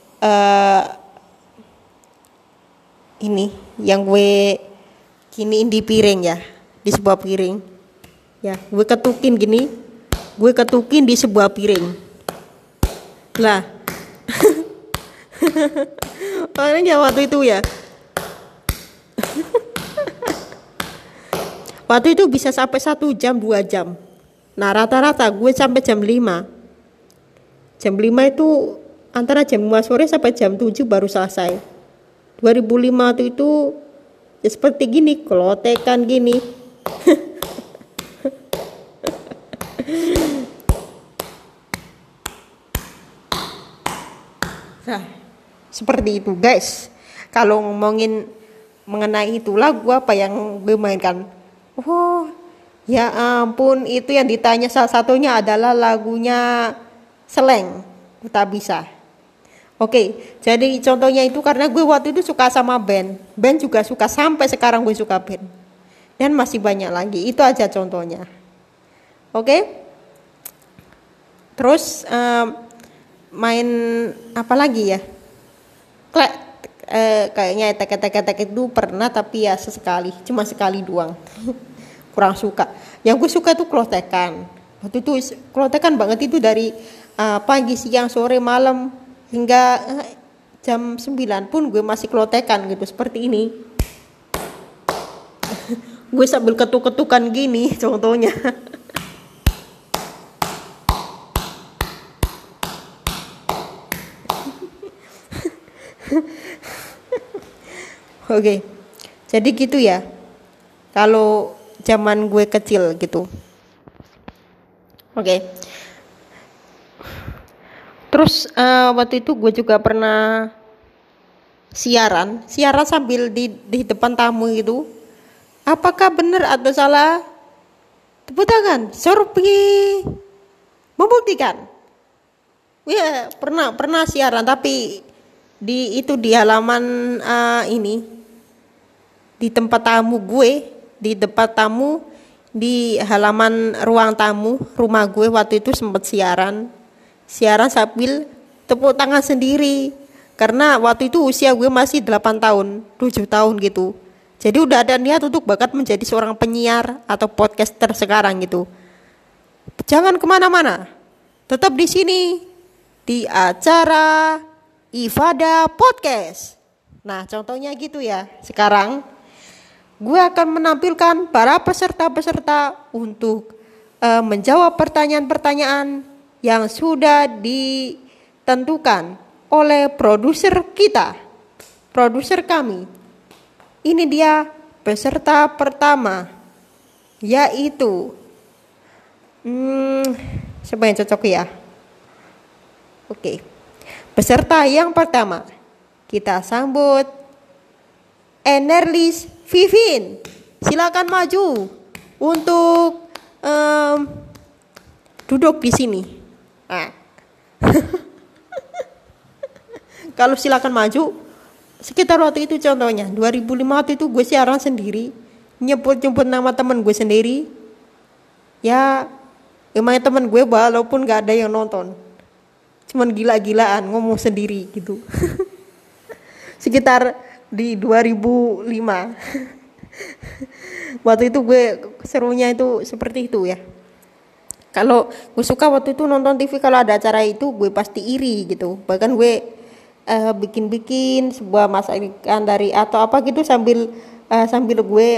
A: yang gue giniin di piring ya, di sebuah piring ya, gue ketukin gini gue ketukin di sebuah piring. Lah, orangnya waktu itu ya. Waktu itu bisa sampai 1 jam, 2 jam. Nah rata-rata gue sampai jam 5. Jam 5 itu antara jam 5 sore sampai jam 7 baru selesai. 2005 itu ya seperti gini, kelotekan gini. Nah, seperti itu guys. Kalau ngomongin mengenai itu lagu apa yang gue mainkan, oh ya ampun, itu yang ditanya salah satunya adalah lagunya Slank, Tak Bisa. Oke, jadi contohnya itu karena gue waktu itu suka sama band juga suka, sampai sekarang gue suka band, dan masih banyak lagi. Itu aja contohnya. Oke, terus main apa lagi ya? Kayaknya etek itu pernah, tapi ya sesekali, cuma sekali doang. Kurang suka. Yang gue suka tuh klotekan. Waktu itu klotekan banget itu dari pagi, siang, sore, malam hingga jam 9 pun gue masih klotekan gitu, seperti ini. Gue sambil ketuk-ketukan gini contohnya. Oke, jadi gitu ya. Kalau zaman gue kecil gitu. Oke. Terus waktu itu gue juga pernah siaran sambil di depan tamu gitu. Apakah benar atau salah? Tepuk tangan, Sorpi membuktikan. Ya pernah siaran, tapi di halaman ini. Di tempat tamu gue, di halaman ruang tamu rumah gue waktu itu sempat siaran sambil tepuk tangan sendiri, karena waktu itu usia gue masih 8 tahun 7 tahun gitu. Jadi udah ada niat untuk bakat menjadi seorang penyiar atau podcaster sekarang gitu. Jangan kemana-mana, tetap di sini di acara Ifada Podcast. Nah contohnya gitu ya. Sekarang gue akan menampilkan para peserta-peserta untuk menjawab pertanyaan-pertanyaan yang sudah ditentukan oleh produser kita, produser kami. Ini dia peserta pertama, yaitu siapa yang cocok ya? Oke. Peserta yang pertama, kita sambut Enerlis Vivin. Silakan maju untuk duduk di sini. Nah. Kalau silakan maju, sekitar waktu itu contohnya 2005 waktu itu gue siaran sendiri, nyebut nama teman gue sendiri. Ya emangnya teman gue walaupun gak ada yang nonton, cuman gila-gilaan ngomong sendiri gitu. Sekitar di 2005. Waktu itu gue serunya itu seperti itu ya. Kalau gue suka waktu itu nonton TV, kalau ada acara itu gue pasti iri gitu. Bahkan gue bikin sebuah masakan dari atau apa gitu sambil gue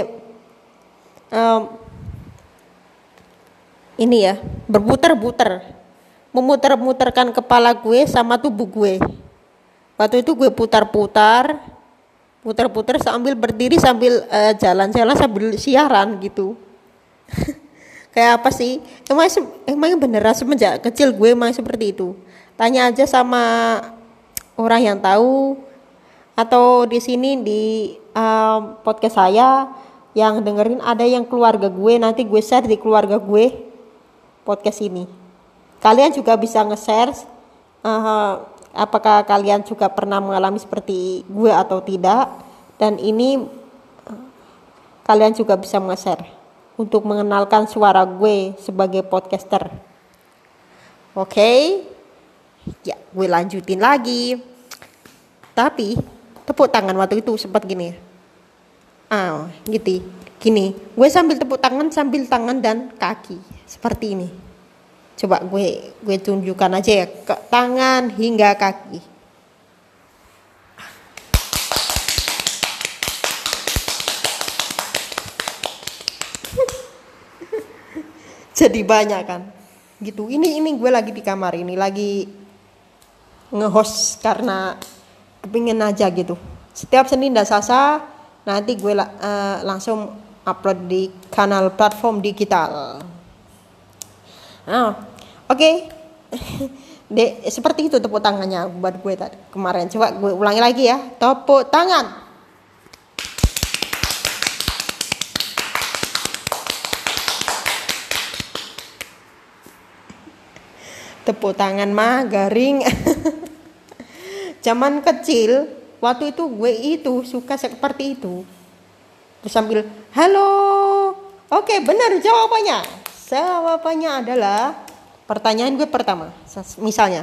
A: ini ya, memutar-mutarkan kepala gue sama tubuh gue. Waktu itu gue putar-putar sambil berdiri, sambil jalan-jalan sambil siaran gitu. Kayak apa sih? Emang beneran semenjak kecil gue emang seperti itu. Tanya aja sama orang yang tahu, atau di sini di podcast saya yang dengerin ada yang keluarga gue, nanti gue share di keluarga gue podcast ini. Kalian juga bisa nge-share apakah kalian juga pernah mengalami seperti gue atau tidak, dan ini kalian juga bisa nge-share untuk mengenalkan suara gue sebagai podcaster. Oke. Ya, gue lanjutin lagi. Tapi tepuk tangan waktu itu sempat gini. Gitu. Gini, gue sambil tepuk tangan sambil tangan dan kaki seperti ini. Coba gue tunjukkan aja ya ke tangan hingga kaki. Jadi banyak kan gitu. Ini gue lagi di kamar ini lagi nge-host karena kepingin aja gitu. Setiap Senin dan Selasa nanti gue langsung upload di kanal platform digital. Oke. Seperti itu tepuk tangannya buat gue tadi kemarin. Coba gue ulangi lagi ya. Tepuk tangan. Tepuk tangan mah garing. Zaman kecil waktu itu gue itu suka seperti itu. Terus sambil halo. Oke, benar jawabannya. Jawabannya adalah pertanyaan gue pertama. Misalnya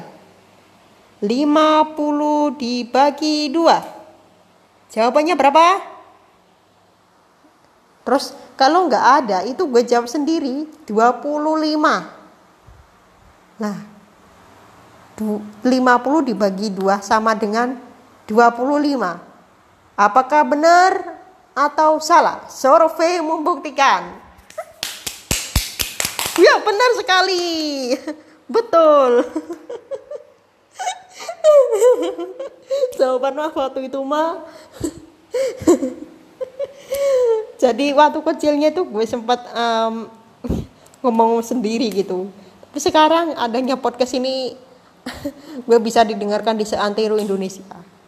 A: 50 dibagi 2. Jawabannya berapa? Terus kalau nggak ada itu gue jawab sendiri 25. Nah, 50 dibagi 2 sama dengan 25. Apakah benar atau salah? Survei membuktikan. Ya, benar sekali. Betul. Jawaban waktu itu mah. Jadi waktu kecilnya tuh gue sempat ngomong sendiri gitu. Tapi sekarang adanya podcast ini gue bisa didengarkan di seantero Indonesia.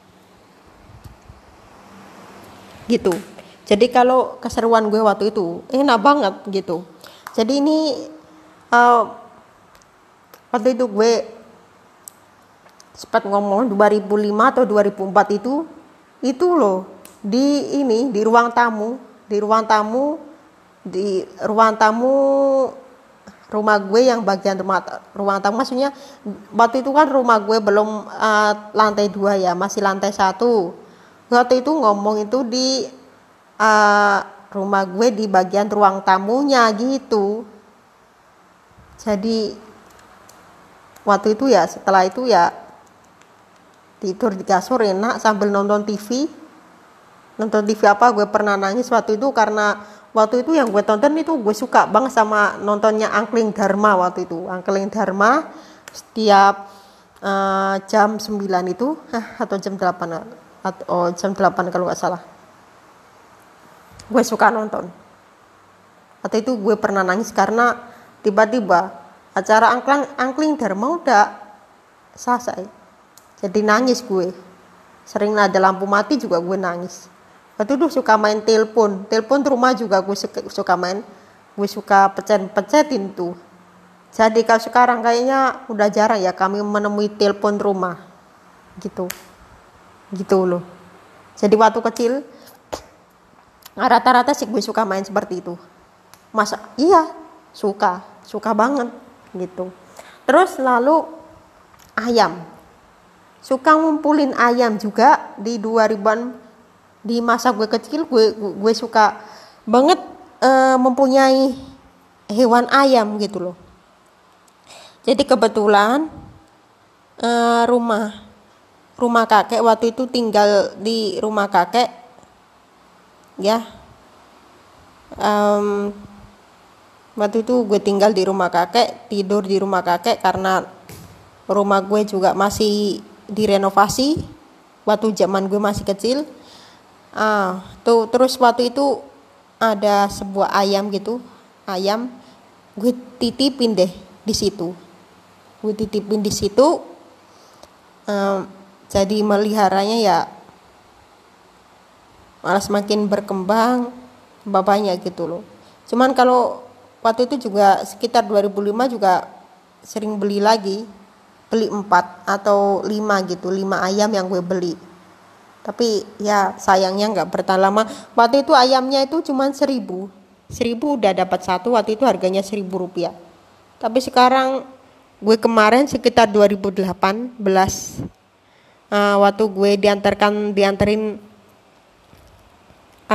A: Gitu. Jadi kalau keseruan gue waktu itu enak banget gitu. Jadi ini waktu itu gue sempat ngomong 2005 atau 2004 itu loh di ruang tamu rumah gue yang bagian ruang tamu, maksudnya waktu itu kan rumah gue belum lantai 2 ya, masih lantai 1. Waktu itu ngomong itu di rumah gue di bagian ruang tamunya gitu. Jadi waktu itu ya, setelah itu ya tidur di kasur enak sambil nonton TV apa. Gue pernah nangis waktu itu karena waktu itu yang gue tonton itu gue suka banget sama nontonnya Angkling Dharma waktu itu. Angkling Dharma setiap jam 9 itu atau jam 8 atau jam 8 kalau gak salah. Gue suka nonton. Waktu itu gue pernah nangis karena tiba-tiba acara Angkling Dharma udah selesai. Jadi nangis gue. Sering ada lampu mati juga gue nangis. Waktu itu suka main telepon rumah juga gue suka main. Gue suka pencet-pencetin tuh. Jadi kalau sekarang kayaknya udah jarang ya kami menemui telepon rumah. Gitu loh. Jadi waktu kecil rata-rata sih gue suka main seperti itu. Masa iya, suka banget gitu. Terus lalu ayam. Suka ngumpulin ayam juga di 2000-an. Di masa gue kecil gue suka banget mempunyai hewan ayam gitu loh. Jadi kebetulan rumah kakek waktu itu tinggal di rumah kakek ya. Waktu itu gue tinggal di rumah kakek, tidur di rumah kakek karena rumah gue juga masih direnovasi waktu zaman gue masih kecil. Terus waktu itu ada sebuah ayam gitu, gue titipin deh di situ. Jadi meliharanya ya malah semakin berkembang bapaknya gitu loh. Cuman kalau waktu itu juga sekitar 2005 juga sering beli 4 atau 5 gitu, 5 ayam yang gue beli. Tapi ya sayangnya nggak bertahan lama. Waktu itu ayamnya itu cuma 1.000 udah dapat satu. Waktu itu harganya 1.000 rupiah. Tapi sekarang gue kemarin sekitar 2018 waktu gue dianterin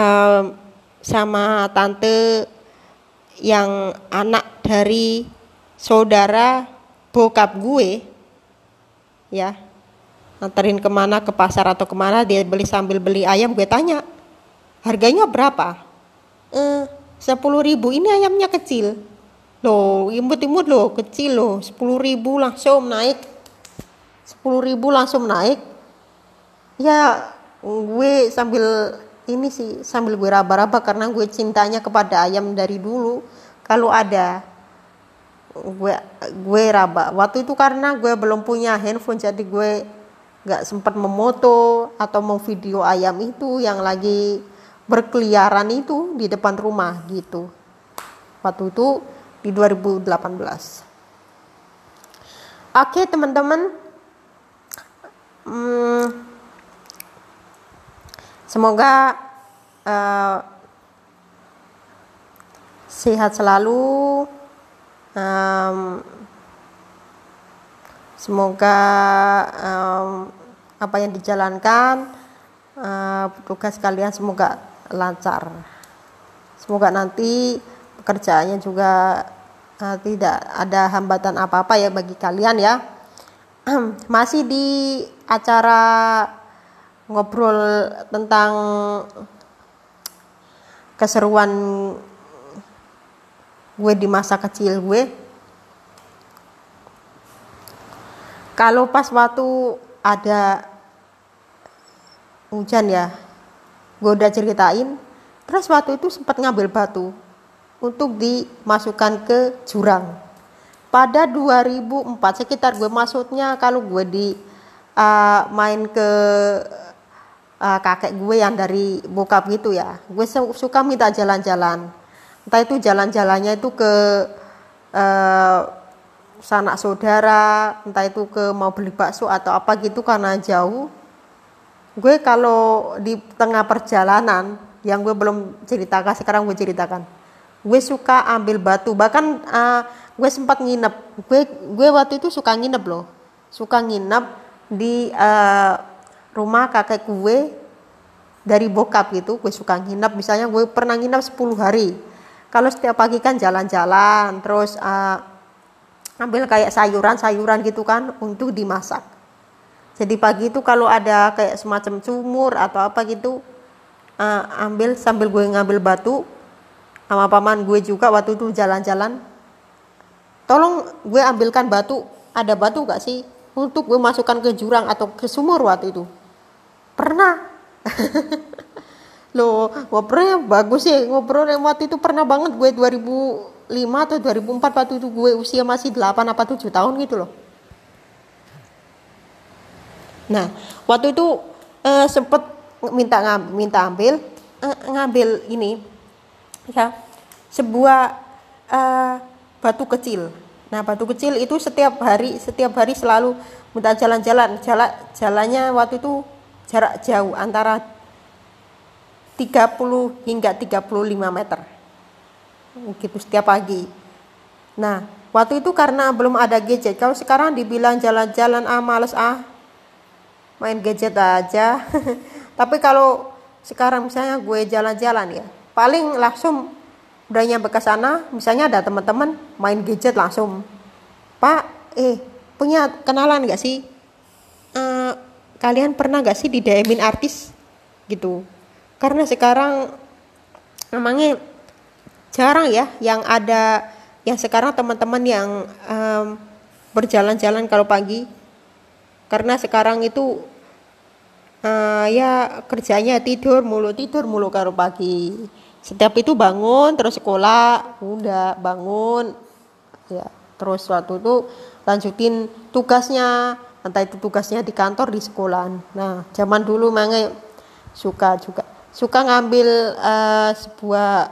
A: sama tante yang anak dari saudara bokap gue ya nganterin kemana, ke pasar atau kemana, dia beli sambil beli ayam, gue tanya harganya berapa. 10.000. Ini ayamnya kecil loh, imut-imut loh, kecil loh. 10.000 langsung naik. 10.000 langsung naik. Ya gue sambil ini sih, sambil gue raba-raba karena gue cintanya kepada ayam dari dulu. Kalau ada gue raba. Waktu itu karena gue belum punya handphone, jadi gue gak sempat memoto atau mau video ayam itu yang lagi berkeliaran itu di depan rumah gitu. Waktu itu di 2018. Oke teman-teman, semoga sehat selalu. Semoga apa yang dijalankan, tugas kalian semoga lancar. Semoga nanti pekerjaannya juga tidak ada hambatan apa-apa ya bagi kalian ya. Masih di acara ngobrol tentang keseruan gue di masa kecil gue. Kalau pas waktu ada hujan ya, gue udah ceritain. Terus waktu itu sempat ngambil batu untuk dimasukkan ke jurang. Pada 2004 sekitar gue maksudnya, kalau gue main ke kakek gue yang dari bokap gitu ya, gue suka minta jalan-jalan. Entah itu jalan-jalannya itu ke sanak saudara, entah itu ke mau beli bakso atau apa gitu karena jauh. Gue kalau di tengah perjalanan, yang gue belum ceritakan sekarang gue ceritakan, gue suka ambil batu. Bahkan gue sempat nginep. Gue waktu itu suka nginep loh, suka nginep di rumah kakek gue dari bokap gitu. Gue suka nginep, misalnya gue pernah nginep 10 hari. Kalau setiap pagi kan jalan-jalan, terus ambil kayak sayuran gitu kan untuk dimasak. Jadi pagi itu kalau ada kayak semacam sumur atau apa gitu, ambil sambil gue ngambil batu sama paman gue juga waktu itu jalan-jalan. Tolong gue ambilkan batu, ada batu gak sih untuk gue masukkan ke jurang atau ke sumur waktu itu. Pernah. Loh, ngobrolnya bagus ya, ngobrolnya waktu itu pernah banget gue 2005 atau 2004 waktu itu gue usia masih 8 apa 7 tahun gitu loh. Nah, waktu itu sempet ngambil ini ya, sebuah batu kecil. Nah, batu kecil itu setiap hari selalu minta jalan-jalan. Jalannya waktu itu jarak jauh antara 30 hingga 35 meter gitu setiap pagi. Nah waktu itu karena belum ada gadget. Kalau sekarang dibilang jalan-jalan males main gadget aja. Tapi kalau sekarang misalnya gue jalan-jalan ya, paling langsung udah nyampe ke sana, misalnya ada teman-teman main gadget langsung, Pak punya kenalan gak sih, kalian pernah gak sih di DM-in artis gitu. Karena sekarang memangnya jarang ya yang ada, yang sekarang teman-teman yang berjalan-jalan kalau pagi. Karena sekarang itu ya kerjanya tidur mulu kalau pagi. Setiap itu bangun terus sekolah, udah bangun ya, terus waktu itu lanjutin tugasnya, entah itu tugasnya di kantor, di sekolah. Nah zaman dulu memang suka ngambil sebuah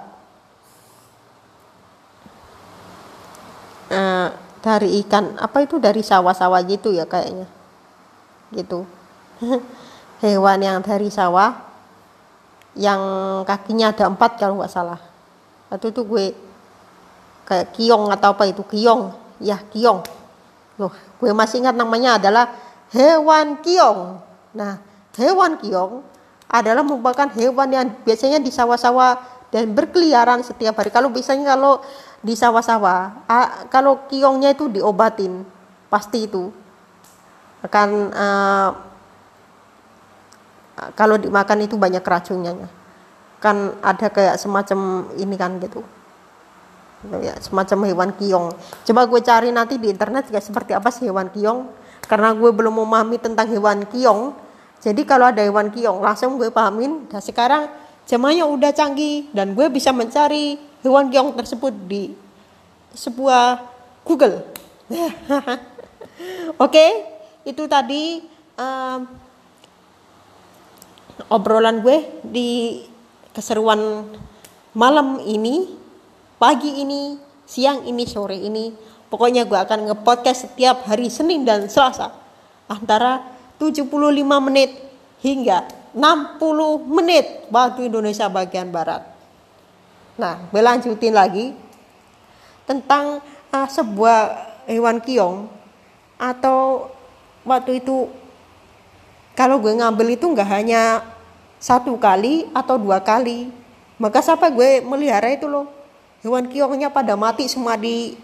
A: dari ikan apa itu, dari sawah-sawah gitu ya kayaknya gitu. Hewan yang dari sawah yang kakinya ada 4 kalau nggak salah. Waktu itu gue kayak kiong atau apa itu, kiong loh, gue masih ingat namanya adalah hewan kiong. Nah hewan kiong adalah merupakan hewan yang biasanya di sawah-sawah dan berkeliaran setiap hari. Kalau biasanya kalau di sawah-sawah, kalau kiongnya itu diobatin, pasti itu akan kalau dimakan itu banyak racunnya. Kan ada kayak semacam ini kan gitu. Ya, semacam hewan kiong. Coba gue cari nanti di internet kayak seperti apa sih hewan kiong, karena gue belum memahami tentang hewan kiong. Jadi kalau ada hewan kiong langsung gue pahamin. Dan sekarang zamannya udah canggih dan gue bisa mencari hewan kiong tersebut di sebuah Google. Oke, itu tadi obrolan gue di keseruan malam ini, pagi ini, siang ini, sore ini. Pokoknya gue akan nge-podcast setiap hari Senin dan Selasa antara 75 menit hingga 60 menit waktu Indonesia bagian Barat. Nah, gue lanjutin lagi tentang sebuah hewan kiong, atau waktu itu kalau gue ngambil itu nggak hanya 1 kali atau 2 kali, maka sampai gue melihara itu loh, hewan kiongnya pada mati semua di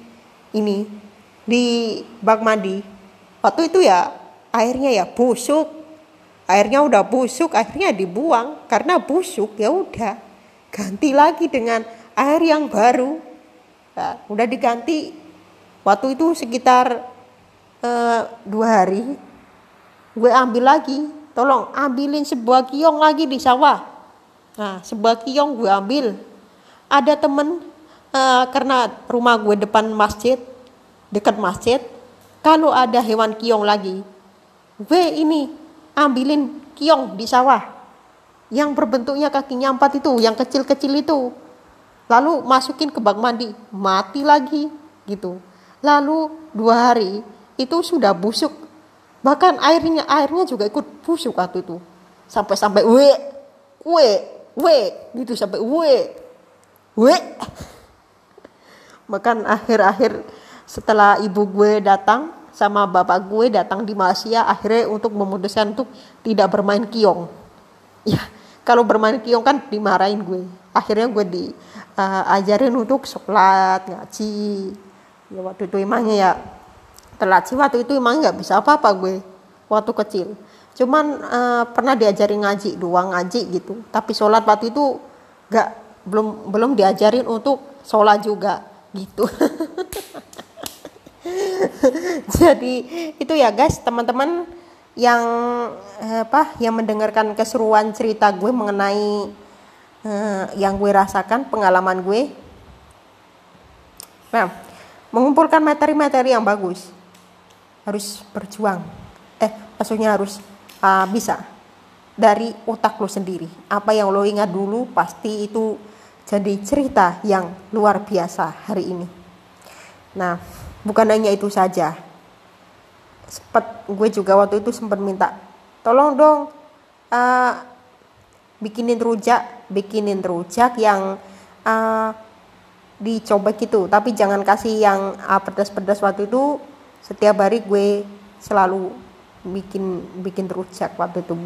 A: bak mandi. Waktu itu ya airnya ya busuk, airnya udah busuk, akhirnya dibuang karena busuk. Ya udah ganti lagi dengan air yang baru. Nah, udah diganti waktu itu sekitar 2 hari. Gue ambil lagi, tolong ambilin sebuah kiong lagi di sawah. Nah, sebuah kiong gue ambil. Ada temen, karena rumah gue depan masjid, dekat masjid, kalau ada hewan kiong lagi, gue ini ambilin kiong di sawah yang berbentuknya kakinya 4 itu, yang kecil-kecil itu, lalu masukin ke bak mandi, mati lagi gitu. Lalu 2 hari itu sudah busuk, bahkan airnya juga ikut busuk waktu itu, sampai we gitu, sampai we. Bahkan akhir setelah ibu gue datang sama bapak gue datang di Malaysia, akhirnya untuk memutuskan untuk tidak bermain kiong. Ya, kalau bermain kiong kan dimarahin gue. Akhirnya gue diajarin untuk sholat, ngaji. Ya waktu itu emangnya ya telat sih, waktu itu emang nggak bisa apa-apa gue waktu kecil. Cuman pernah diajarin ngaji doang, ngaji gitu. Tapi sholat waktu itu belum diajarin untuk sholat juga gitu. Jadi itu ya guys, teman-teman yang yang mendengarkan keseruan cerita gue mengenai yang gue rasakan, pengalaman gue. Nah, mengumpulkan materi-materi yang bagus harus berjuang. Maksudnya harus bisa dari otak lo sendiri. Apa yang lo ingat dulu pasti itu jadi cerita yang luar biasa hari ini. Nah, bukan hanya itu saja. Gue juga waktu itu sempat minta, tolong dong bikinin rujak yang dicobek gitu. Tapi jangan kasih yang pedas-pedas. Waktu itu setiap hari gue selalu bikin rujak waktu itu,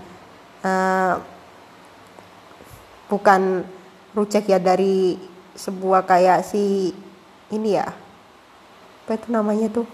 A: bukan rujak ya dari sebuah kayak si ini ya, apa itu namanya tuh,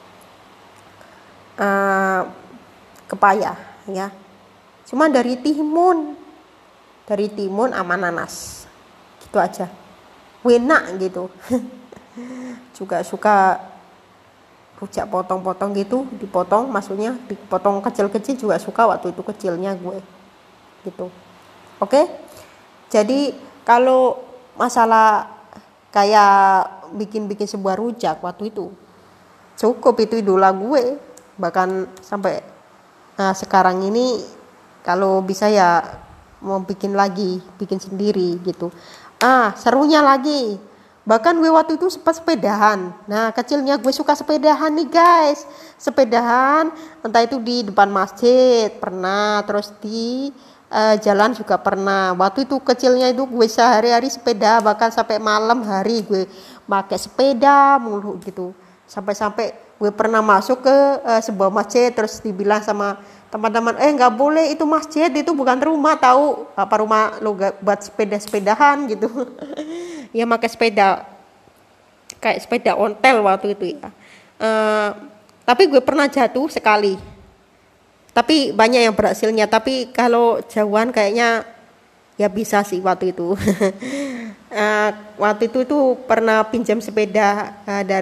A: kepaya ya, cuma dari timun sama nanas gitu aja, enak gitu. Juga suka rujak potong-potong gitu, dipotong, maksudnya dipotong kecil-kecil juga suka waktu itu kecilnya gue gitu. Oke? Jadi kalau masalah kayak bikin sebuah rujak waktu itu cukup, itu idola gue. Bahkan sampai sekarang ini kalau bisa ya mau bikin sendiri gitu. Serunya lagi, bahkan gue waktu itu sempat sepedahan. Nah, kecilnya gue suka sepedahan nih guys. Sepedahan entah itu di depan masjid pernah, terus di jalan juga pernah. Waktu itu kecilnya itu gue sehari-hari sepeda, bahkan sampai malam hari gue pakai sepeda mulu gitu. Sampai-sampai gue pernah masuk ke sebuah masjid, terus dibilang sama teman-teman, nggak boleh, itu masjid, itu bukan rumah, tahu apa rumah lo buat sepeda-sepedahan gitu. Ya pakai sepeda kayak sepeda ontel waktu itu ya. Tapi gue pernah jatuh sekali, tapi banyak yang berhasilnya. Tapi kalau jauhan kayaknya ya bisa sih waktu itu. Waktu itu tuh pernah pinjam sepeda dari